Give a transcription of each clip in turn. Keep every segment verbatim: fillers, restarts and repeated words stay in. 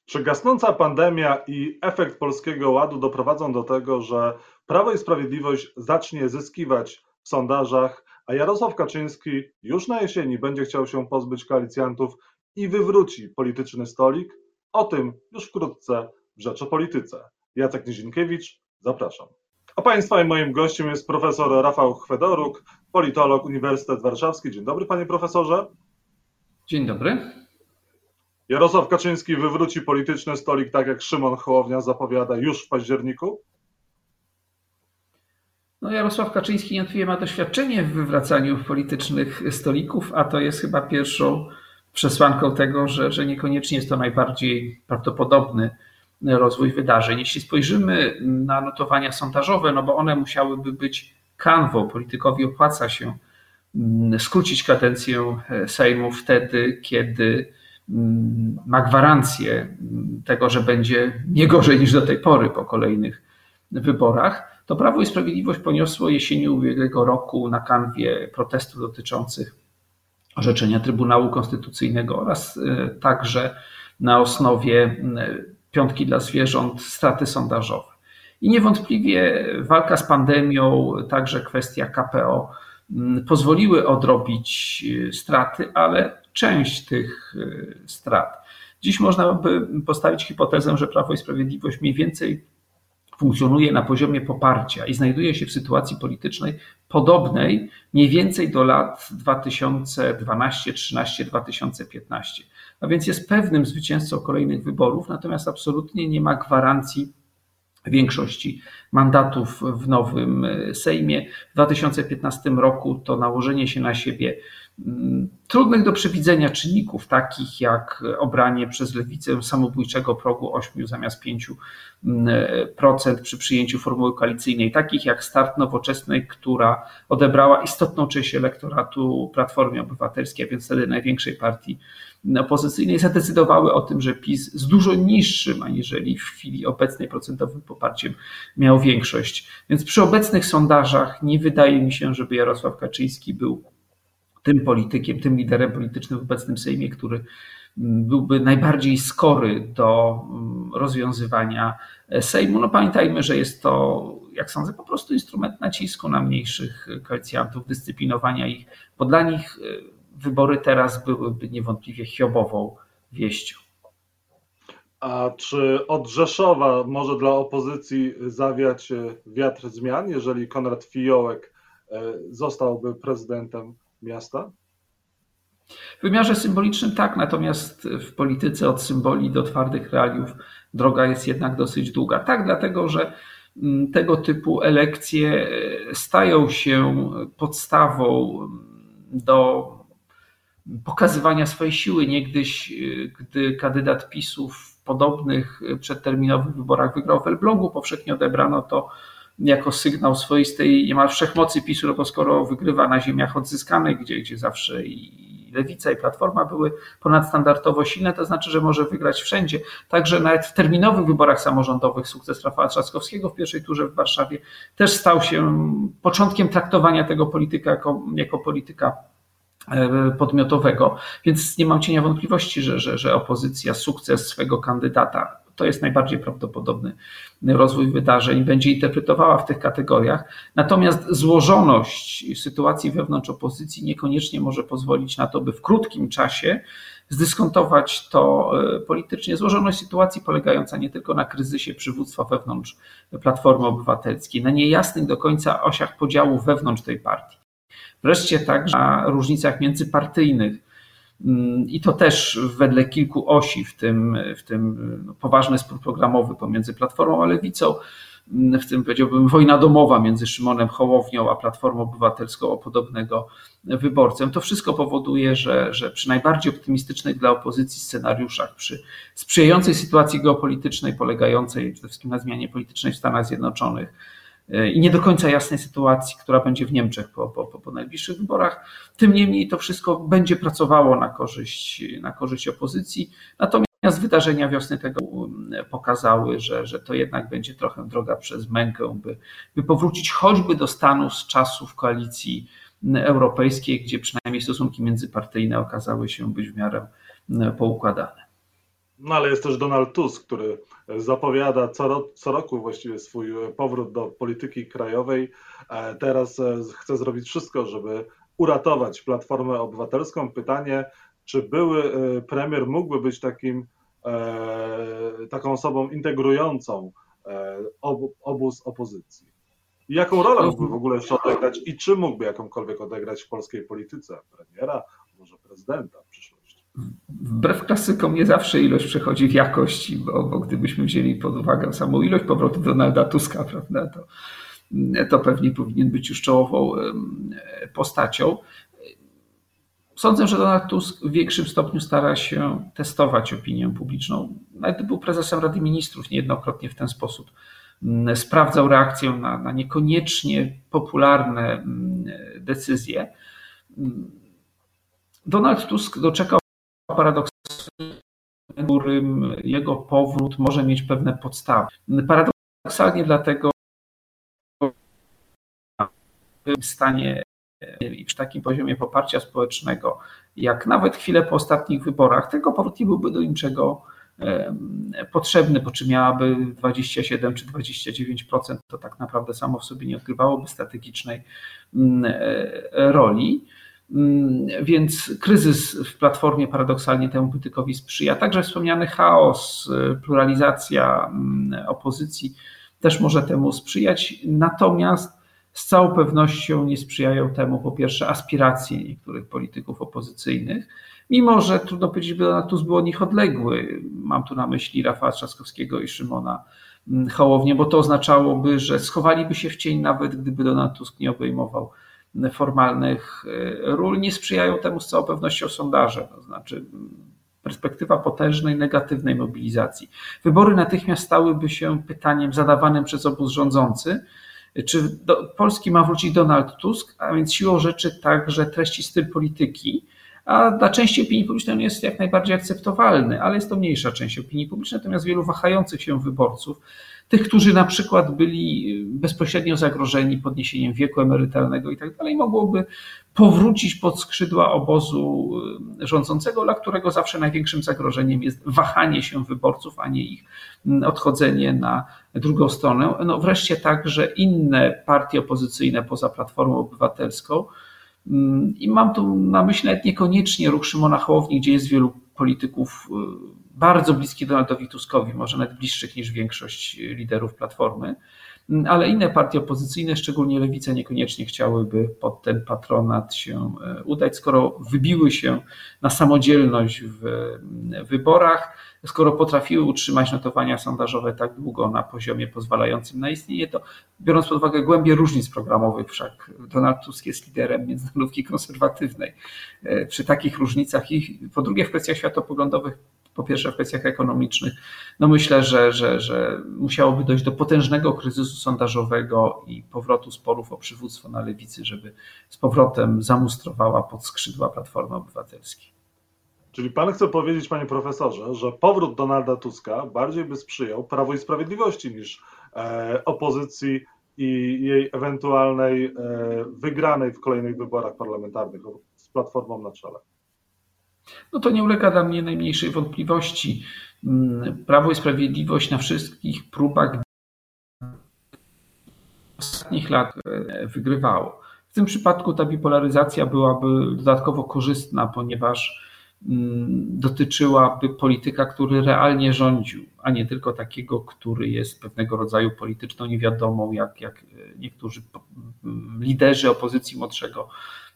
Czy gasnąca pandemia i efekt Polskiego Ładu doprowadzą do tego, że Prawo i Sprawiedliwość zacznie zyskiwać w sondażach, a Jarosław Kaczyński już na jesieni będzie chciał się pozbyć koalicjantów i wywróci polityczny stolik? O tym już wkrótce w Rzecz o Polityce. Jacek Nizinkiewicz, zapraszam. A Państwa i moim gościem jest profesor Rafał Chwedoruk, politolog, Uniwersytet Warszawski. Dzień dobry, panie profesorze. Dzień dobry. Jarosław Kaczyński wywróci polityczny stolik, tak jak Szymon Hołownia zapowiada, już w październiku? No, Jarosław Kaczyński niewątpliwie ma doświadczenie w wywracaniu politycznych stolików, a to jest chyba pierwszą przesłanką tego, że, że niekoniecznie jest to najbardziej prawdopodobny rozwój wydarzeń. Jeśli spojrzymy na notowania sondażowe, no bo one musiałyby być kanwą, politykowi opłaca się skrócić kadencję Sejmu wtedy, kiedy ma gwarancję tego, że będzie nie gorzej niż do tej pory po kolejnych wyborach, to Prawo i Sprawiedliwość poniosło jesienią ubiegłego roku na kanwie protestów dotyczących orzeczenia Trybunału Konstytucyjnego oraz także na osnowie piątki dla zwierząt straty sondażowe. I niewątpliwie walka z pandemią, także kwestia K P O pozwoliły odrobić straty, ale część tych strat. Dziś można by postawić hipotezę, że Prawo i Sprawiedliwość mniej więcej funkcjonuje na poziomie poparcia i znajduje się w sytuacji politycznej podobnej mniej więcej do lat dwa tysiące dwunastego, trzynastego, dwa tysiące piętnastego. A więc jest pewnym zwycięzcą kolejnych wyborów, natomiast absolutnie nie ma gwarancji większości mandatów w nowym Sejmie. W dwa tysiące piętnastym roku to nałożenie się na siebie trudnych do przewidzenia czynników, takich jak obranie przez lewicę samobójczego progu ośmiu zamiast pięciu procent przy przyjęciu formuły koalicyjnej, takich jak start Nowoczesnej, która odebrała istotną część elektoratu Platformie Obywatelskiej, a więc wtedy największej partii opozycyjnej, zadecydowały o tym, że PiS z dużo niższym aniżeli w chwili obecnej procentowym poparciem miał większość. Więc przy obecnych sondażach nie wydaje mi się, żeby Jarosław Kaczyński był tym politykiem, tym liderem politycznym w obecnym Sejmie, który byłby najbardziej skory do rozwiązywania Sejmu. No pamiętajmy, że jest to, jak sądzę, po prostu instrument nacisku na mniejszych koalicjantów, dyscyplinowania ich, bo dla nich wybory teraz byłyby niewątpliwie chiobową wieścią. A czy od Rzeszowa może dla opozycji zawiać wiatr zmian, jeżeli Konrad Fiołek zostałby prezydentem miasta? W wymiarze symbolicznym tak, natomiast w polityce od symboli do twardych realiów droga jest jednak dosyć długa. Tak, dlatego że tego typu elekcje stają się podstawą do pokazywania swojej siły. Niegdyś, gdy kandydat PiS-u w podobnych przedterminowych wyborach wygrał w Elblągu, powszechnie odebrano to jako sygnał swoistej niemal wszechmocy PiS-u, no bo skoro wygrywa na ziemiach odzyskanych, gdzie, gdzie zawsze i Lewica, i Platforma były ponadstandardowo silne, to znaczy, że może wygrać wszędzie. Także nawet w terminowych wyborach samorządowych sukces Rafała Trzaskowskiego w pierwszej turze w Warszawie też stał się początkiem traktowania tego polityka jako, jako polityka podmiotowego, więc nie mam cienia wątpliwości, że, że, że opozycja sukces swego kandydata, to jest najbardziej prawdopodobny rozwój wydarzeń, będzie interpretowała w tych kategoriach. Natomiast złożoność sytuacji wewnątrz opozycji niekoniecznie może pozwolić na to, by w krótkim czasie zdyskontować to politycznie. Złożoność sytuacji polegająca nie tylko na kryzysie przywództwa wewnątrz Platformy Obywatelskiej, na niejasnych do końca osiach podziału wewnątrz tej partii. Wreszcie także na różnicach międzypartyjnych i to też wedle kilku osi, w tym, w tym poważny spór programowy pomiędzy Platformą a Lewicą, w tym powiedziałbym wojna domowa między Szymonem Hołownią a Platformą Obywatelską o podobnego wyborcę. To wszystko powoduje, że, że przy najbardziej optymistycznych dla opozycji scenariuszach, przy sprzyjającej sytuacji geopolitycznej polegającej przede wszystkim na zmianie politycznej w Stanach Zjednoczonych, i nie do końca jasnej sytuacji, która będzie w Niemczech po, po, po najbliższych wyborach. Tym niemniej to wszystko będzie pracowało na korzyść, na korzyść opozycji. Natomiast wydarzenia wiosny tego pokazały, że, że to jednak będzie trochę droga przez mękę, by, by powrócić choćby do stanu z czasów koalicji europejskiej, gdzie przynajmniej stosunki międzypartyjne okazały się być w miarę poukładane. No ale jest też Donald Tusk, który zapowiada co, ro, co roku właściwie swój powrót do polityki krajowej. E, Teraz e, chce zrobić wszystko, żeby uratować Platformę Obywatelską. Pytanie, czy były e, premier mógłby być takim, e, taką osobą integrującą e, obu, obóz opozycji? I jaką rolę No, mógłby w ogóle jeszcze odegrać i czy mógłby jakąkolwiek odegrać w polskiej polityce? Premiera, może prezydenta w przyszłości? wbrew klasykom nie zawsze ilość przechodzi w jakość, bo, bo gdybyśmy wzięli pod uwagę samą ilość powrotu Donalda Tuska, prawda, to, to pewnie powinien być już czołową postacią. Sądzę, że Donald Tusk w większym stopniu stara się testować opinię publiczną. Nawet był prezesem Rady Ministrów, niejednokrotnie w ten sposób sprawdzał reakcję na, na niekoniecznie popularne decyzje. Donald Tusk doczekał paradoksalnie, w którym jego powrót może mieć pewne podstawy. Paradoksalnie dlatego w stanie i przy takim poziomie poparcia społecznego, jak nawet chwilę po ostatnich wyborach, tego powrót nie byłby do niczego potrzebny, bo czy miałaby dwadzieścia siedem czy dwadzieścia dziewięć procent, to tak naprawdę samo w sobie nie odgrywałoby strategicznej roli. Więc kryzys w Platformie paradoksalnie temu bytykowi sprzyja. Także wspomniany chaos, pluralizacja opozycji też może temu sprzyjać. Natomiast z całą pewnością nie sprzyjają temu po pierwsze aspiracje niektórych polityków opozycyjnych, mimo że trudno powiedzieć, by Donald Tusk był od nich odległy. Mam tu na myśli Rafała Trzaskowskiego i Szymona Hołownię, bo to oznaczałoby, że schowaliby się w cień, nawet gdyby Donald Tusk nie obejmował formalnych ról. Nie sprzyjają temu z całą pewnością sondaże, to znaczy perspektywa potężnej, negatywnej mobilizacji. Wybory natychmiast stałyby się pytaniem zadawanym przez obóz rządzący, czy do Polski ma wrócić Donald Tusk, a więc siłą rzeczy także treści styl polityki, a dla części opinii publicznej on jest jak najbardziej akceptowalny, ale jest to mniejsza część opinii publicznej, natomiast wielu wahających się wyborców, tych, którzy na przykład byli bezpośrednio zagrożeni podniesieniem wieku emerytalnego i tak dalej, mogłoby powrócić pod skrzydła obozu rządzącego, dla którego zawsze największym zagrożeniem jest wahanie się wyborców, a nie ich odchodzenie na drugą stronę. No wreszcie także inne partie opozycyjne poza Platformą Obywatelską. I mam tu na myśli nawet niekoniecznie ruch Szymona Hołowni, gdzie jest wielu polityków bardzo bliskich Donaldowi Tuskowi, może nawet bliższych niż większość liderów Platformy, ale inne partie opozycyjne, szczególnie Lewica, niekoniecznie chciałyby pod ten patronat się udać, skoro wybiły się na samodzielność w wyborach, skoro potrafiły utrzymać notowania sondażowe tak długo na poziomie pozwalającym na istnienie, to biorąc pod uwagę głębię różnic programowych, wszak Donald Tusk jest liderem międzynarodówki konserwatywnej, przy takich różnicach i po drugie w kwestiach światopoglądowych, po pierwsze w kwestiach ekonomicznych, no myślę, że, że, że musiałoby dojść do potężnego kryzysu sondażowego i powrotu sporów o przywództwo na lewicy, żeby z powrotem zamustrowała pod skrzydła Platformy Obywatelskiej. Czyli pan chce powiedzieć, panie profesorze, że powrót Donalda Tuska bardziej by sprzyjał Prawu i Sprawiedliwości niż e, opozycji i jej ewentualnej e, wygranej w kolejnych wyborach parlamentarnych z Platformą na czele? No to nie ulega dla mnie najmniejszej wątpliwości. Prawo i Sprawiedliwość na wszystkich próbach ostatnich lat wygrywało. W tym przypadku ta bipolaryzacja byłaby dodatkowo korzystna, ponieważ dotyczyłaby polityka, który realnie rządził, a nie tylko takiego, który jest pewnego rodzaju polityczną niewiadomą, jak, jak niektórzy liderzy opozycji młodszego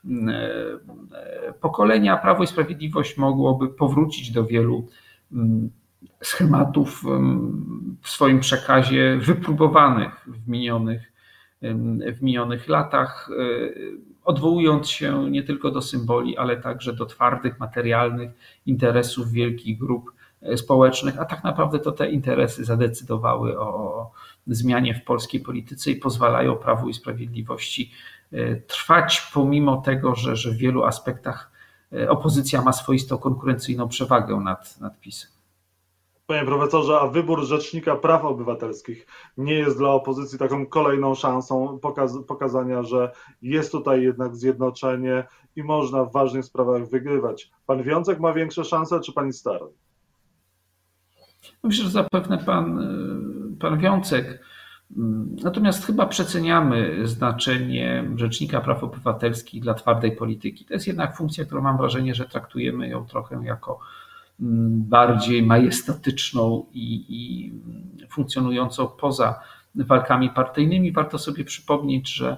pokolenia. Prawo i Sprawiedliwość mogłoby powrócić do wielu schematów w swoim przekazie wypróbowanych w minionych, w minionych latach, odwołując się nie tylko do symboli, ale także do twardych, materialnych interesów wielkich grup społecznych, a tak naprawdę to te interesy zadecydowały o zmianie w polskiej polityce i pozwalają Prawu i Sprawiedliwości trwać pomimo tego, że, że w wielu aspektach opozycja ma swoistą konkurencyjną przewagę nad, nad PiS-em. Panie profesorze, a wybór Rzecznika Praw Obywatelskich nie jest dla opozycji taką kolejną szansą pokaz- pokazania, że jest tutaj jednak zjednoczenie i można w ważnych sprawach wygrywać? Pan Wiącek ma większe szanse, czy pani Staroń? Myślę, że zapewne pan, pan Wiącek. Natomiast chyba przeceniamy znaczenie Rzecznika Praw Obywatelskich dla twardej polityki. To jest jednak funkcja, którą mam wrażenie, że traktujemy ją trochę jako bardziej majestatyczną i, i funkcjonującą poza walkami partyjnymi. Warto sobie przypomnieć, że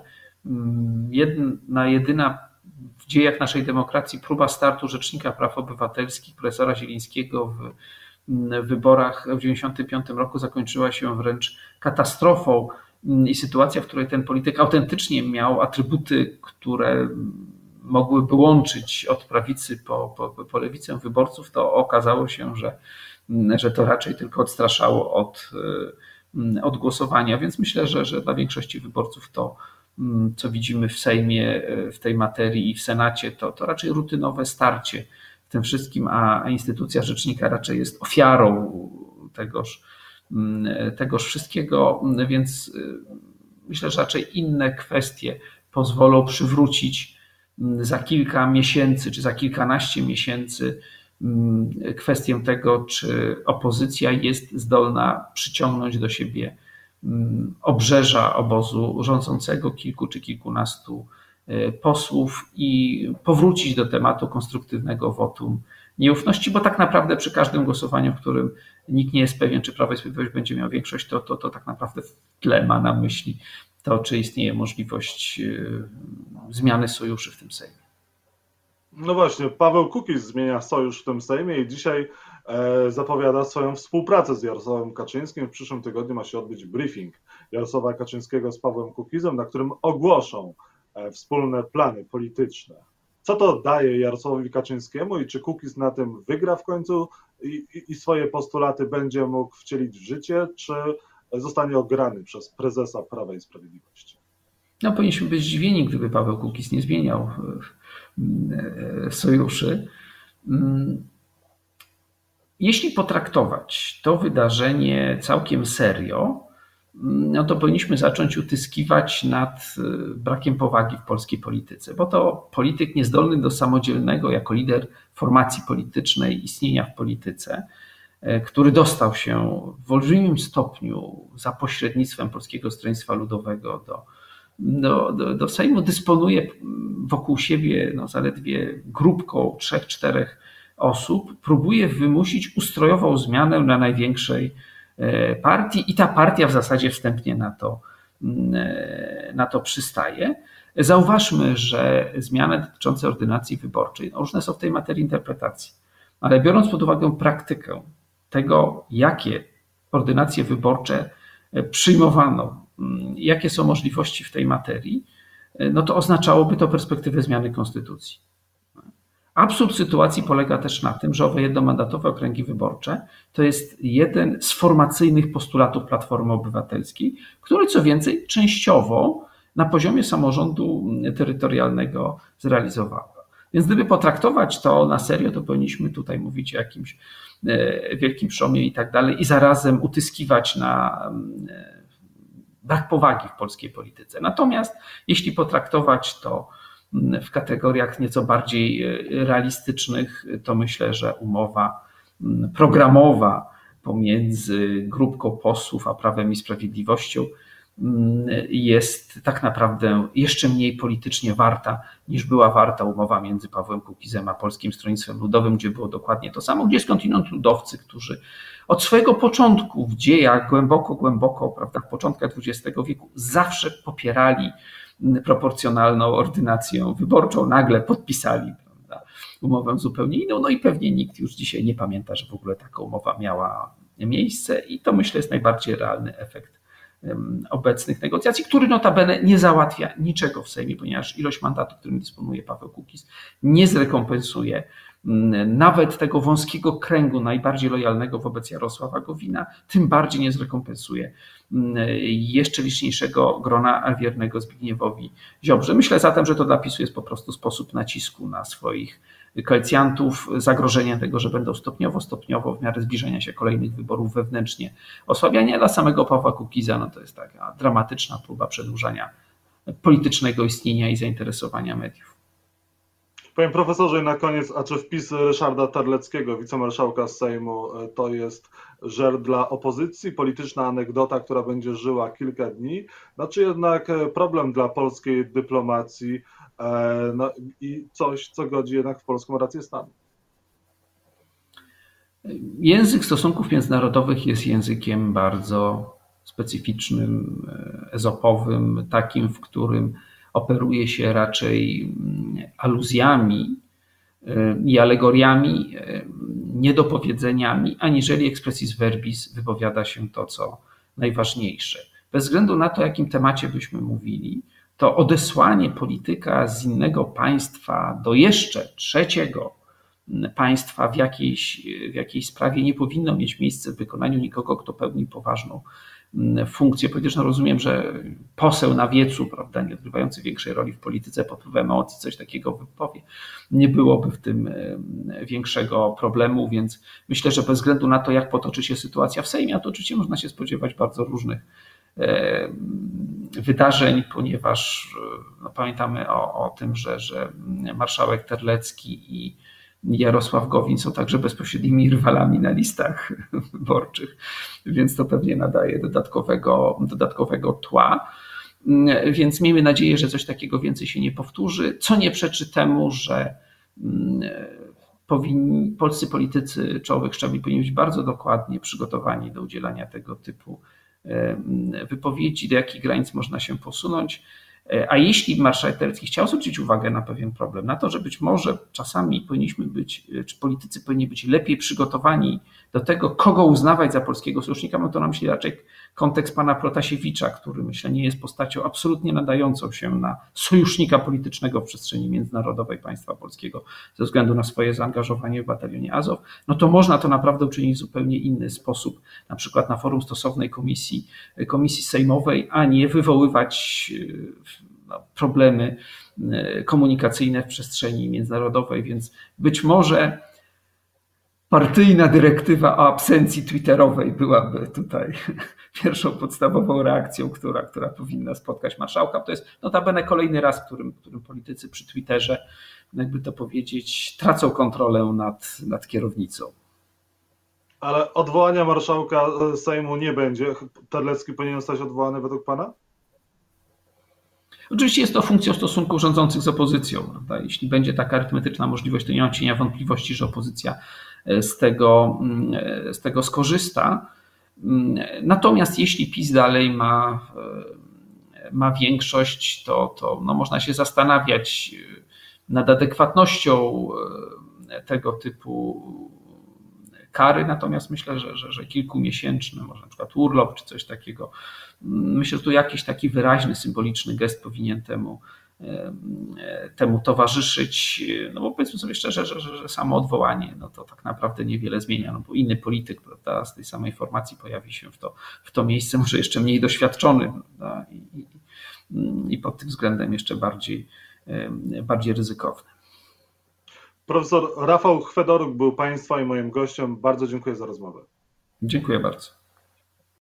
jedna, jedyna w dziejach naszej demokracji próba startu Rzecznika Praw Obywatelskich profesora Zielińskiego w wyborach w tysiąc dziewięćset dziewięćdziesiątym piątym roku zakończyła się wręcz katastrofą i sytuacja, w której ten polityk autentycznie miał atrybuty, które mogłyby łączyć od prawicy po, po, po lewicę wyborców, to okazało się, że, że to raczej tylko odstraszało od, od głosowania. Więc myślę, że, że dla większości wyborców to, co widzimy w Sejmie w tej materii i w Senacie, to, to raczej rutynowe starcie w tym wszystkim, a instytucja rzecznika raczej jest ofiarą tegoż, tegoż wszystkiego, więc myślę, że raczej inne kwestie pozwolą przywrócić za kilka miesięcy czy za kilkanaście miesięcy kwestię tego, czy opozycja jest zdolna przyciągnąć do siebie obrzeża obozu rządzącego, kilku czy kilkunastu posłów i powrócić do tematu konstruktywnego wotum nieufności, bo tak naprawdę przy każdym głosowaniu, w którym nikt nie jest pewien, czy Prawo i Sprawiedliwość będzie miał większość, to, to, to tak naprawdę w tle ma na myśli to, czy istnieje możliwość zmiany sojuszy w tym Sejmie. No właśnie, Paweł Kukiz zmienia sojusz w tym Sejmie i dzisiaj zapowiada swoją współpracę z Jarosławem Kaczyńskim. W przyszłym tygodniu ma się odbyć briefing Jarosława Kaczyńskiego z Pawłem Kukizem, na którym ogłoszą wspólne plany polityczne. Co to daje Jarosławowi Kaczyńskiemu i czy Kukiz na tym wygra w końcu i, i swoje postulaty będzie mógł wcielić w życie, czy zostanie ograny przez prezesa Prawa i Sprawiedliwości? No, powinniśmy być zdziwieni, gdyby Paweł Kukiz nie zmieniał sojuszy. Jeśli potraktować to wydarzenie całkiem serio, no to powinniśmy zacząć utyskiwać nad brakiem powagi w polskiej polityce, bo to polityk niezdolny do samodzielnego jako lider formacji politycznej istnienia w polityce, który dostał się w olbrzymim stopniu za pośrednictwem Polskiego Stronnictwa Ludowego do, do, do, do Sejmu, dysponuje wokół siebie no, zaledwie grupką trzech, czterech osób, próbuje wymusić ustrojową zmianę na największej partii i ta partia w zasadzie wstępnie na to, na to przystaje. Zauważmy, że zmiany dotyczące ordynacji wyborczej, no różne są w tej materii interpretacji, ale biorąc pod uwagę praktykę tego, jakie ordynacje wyborcze przyjmowano, jakie są możliwości w tej materii, no to oznaczałoby to perspektywę zmiany konstytucji. Absurd sytuacji polega też na tym, że owe jednomandatowe okręgi wyborcze to jest jeden z formacyjnych postulatów Platformy Obywatelskiej, który co więcej częściowo na poziomie samorządu terytorialnego zrealizowała. Więc gdyby potraktować to na serio, to powinniśmy tutaj mówić o jakimś wielkim przełomie i tak dalej i zarazem utyskiwać na brak powagi w polskiej polityce. Natomiast jeśli potraktować to w kategoriach nieco bardziej realistycznych, to myślę, że umowa programowa pomiędzy grupką posłów a Prawem i Sprawiedliwością jest tak naprawdę jeszcze mniej politycznie warta, niż była warta umowa między Pawłem Kukizem a Polskim Stronnictwem Ludowym, gdzie było dokładnie to samo, gdzie skądinąd ludowcy, którzy od swojego początku w dziejach głęboko, głęboko, prawda, w początkach dwudziestego wieku zawsze popierali proporcjonalną ordynację wyborczą, nagle podpisali, prawda, umowę zupełnie inną, no i pewnie nikt już dzisiaj nie pamięta, że w ogóle taka umowa miała miejsce i to myślę jest najbardziej realny efekt obecnych negocjacji, który notabene nie załatwia niczego w Sejmie, ponieważ ilość mandatów, którym dysponuje Paweł Kukiz, nie zrekompensuje nawet tego wąskiego kręgu najbardziej lojalnego wobec Jarosława Gowina, tym bardziej nie zrekompensuje jeszcze liczniejszego grona wiernego Zbigniewowi Ziobrze. Myślę zatem, że to dla PiSu jest po prostu sposób nacisku na swoich koalicjantów, zagrożenia tego, że będą stopniowo, stopniowo w miarę zbliżenia się kolejnych wyborów wewnętrznie osłabiania. Dla samego Pawła Kukiza no to jest taka dramatyczna próba przedłużania politycznego istnienia i zainteresowania mediów. Panie profesorze, i na koniec, a czy wpis Ryszarda Terleckiego, wicemarszałka Sejmu, to jest żert dla opozycji, polityczna anegdota, która będzie żyła kilka dni, no czy jednak problem dla polskiej dyplomacji, no, i coś, co godzi jednak w polską rację stanu? Język stosunków międzynarodowych jest językiem bardzo specyficznym, ezopowym, takim, w którym operuje się raczej aluzjami i alegoriami, niedopowiedzeniami, aniżeli expressis verbis wypowiada się to, co najważniejsze. Bez względu na to, o jakim temacie byśmy mówili, to odesłanie polityka z innego państwa do jeszcze trzeciego państwa w jakiejś, w jakiejś sprawie nie powinno mieć miejsca w wykonaniu nikogo, kto pełni poważną funkcję polityczną. Rozumiem, że poseł na wiecu, prawda, nie odgrywający większej roli w polityce pod wpływem emocji coś takiego wypowie. Nie byłoby w tym większego problemu, więc myślę, że bez względu na to, jak potoczy się sytuacja w Sejmie, a to oczywiście można się spodziewać bardzo różnych wydarzeń, ponieważ no, pamiętamy o, o tym, że, że marszałek Terlecki i Jarosław Gowin są także bezpośrednimi rywalami na listach wyborczych, więc to pewnie nadaje dodatkowego, dodatkowego tła. Więc miejmy nadzieję, że coś takiego więcej się nie powtórzy, co nie przeczy temu, że powinni, polscy politycy czołowych szczebli powinni być bardzo dokładnie przygotowani do udzielania tego typu wypowiedzi, do jakich granic można się posunąć. A jeśli marszałek Terlecki chciał zwrócić uwagę na pewien problem, na to, że być może czasami powinniśmy być, czy politycy powinni być lepiej przygotowani do tego, kogo uznawać za polskiego sojusznika, no to na myśli raczej kontekst pana Protasiewicza, który myślę nie jest postacią absolutnie nadającą się na sojusznika politycznego w przestrzeni międzynarodowej państwa polskiego ze względu na swoje zaangażowanie w batalionie Azow, no to można to naprawdę uczynić w zupełnie inny sposób, na przykład na forum stosownej komisji, komisji sejmowej, a nie wywoływać no, problemy komunikacyjne w przestrzeni międzynarodowej, więc być może partyjna dyrektywa o absencji twitterowej byłaby tutaj pierwszą podstawową reakcją, która, która powinna spotkać marszałka. To jest notabene kolejny raz, w którym, w którym politycy przy Twitterze, jakby to powiedzieć, tracą kontrolę nad, nad kierownicą. Ale odwołania marszałka Sejmu nie będzie. Terlecki powinien zostać odwołany według pana? Oczywiście jest to funkcją stosunków rządzących z opozycją. Prawda? Jeśli będzie taka arytmetyczna możliwość, to nie mam cienia wątpliwości, że opozycja z tego, z tego skorzysta. Natomiast jeśli PiS dalej ma, ma większość, to, to no można się zastanawiać nad adekwatnością tego typu kary, natomiast myślę, że, że, że kilkumiesięczny, może na przykład urlop czy coś takiego, myślę, że tu jakiś taki wyraźny, symboliczny gest powinien temu, temu towarzyszyć, no bo powiedzmy sobie szczerze, że, że, że samo odwołanie, no to tak naprawdę niewiele zmienia, no bo inny polityk, prawda, z tej samej formacji pojawi się w to, w to miejsce, może jeszcze mniej doświadczony, prawda, i, i, i pod tym względem jeszcze bardziej, bardziej ryzykowny. Profesor Rafał Chwedoruk był państwa i moim gościem. Bardzo dziękuję za rozmowę. Dziękuję bardzo.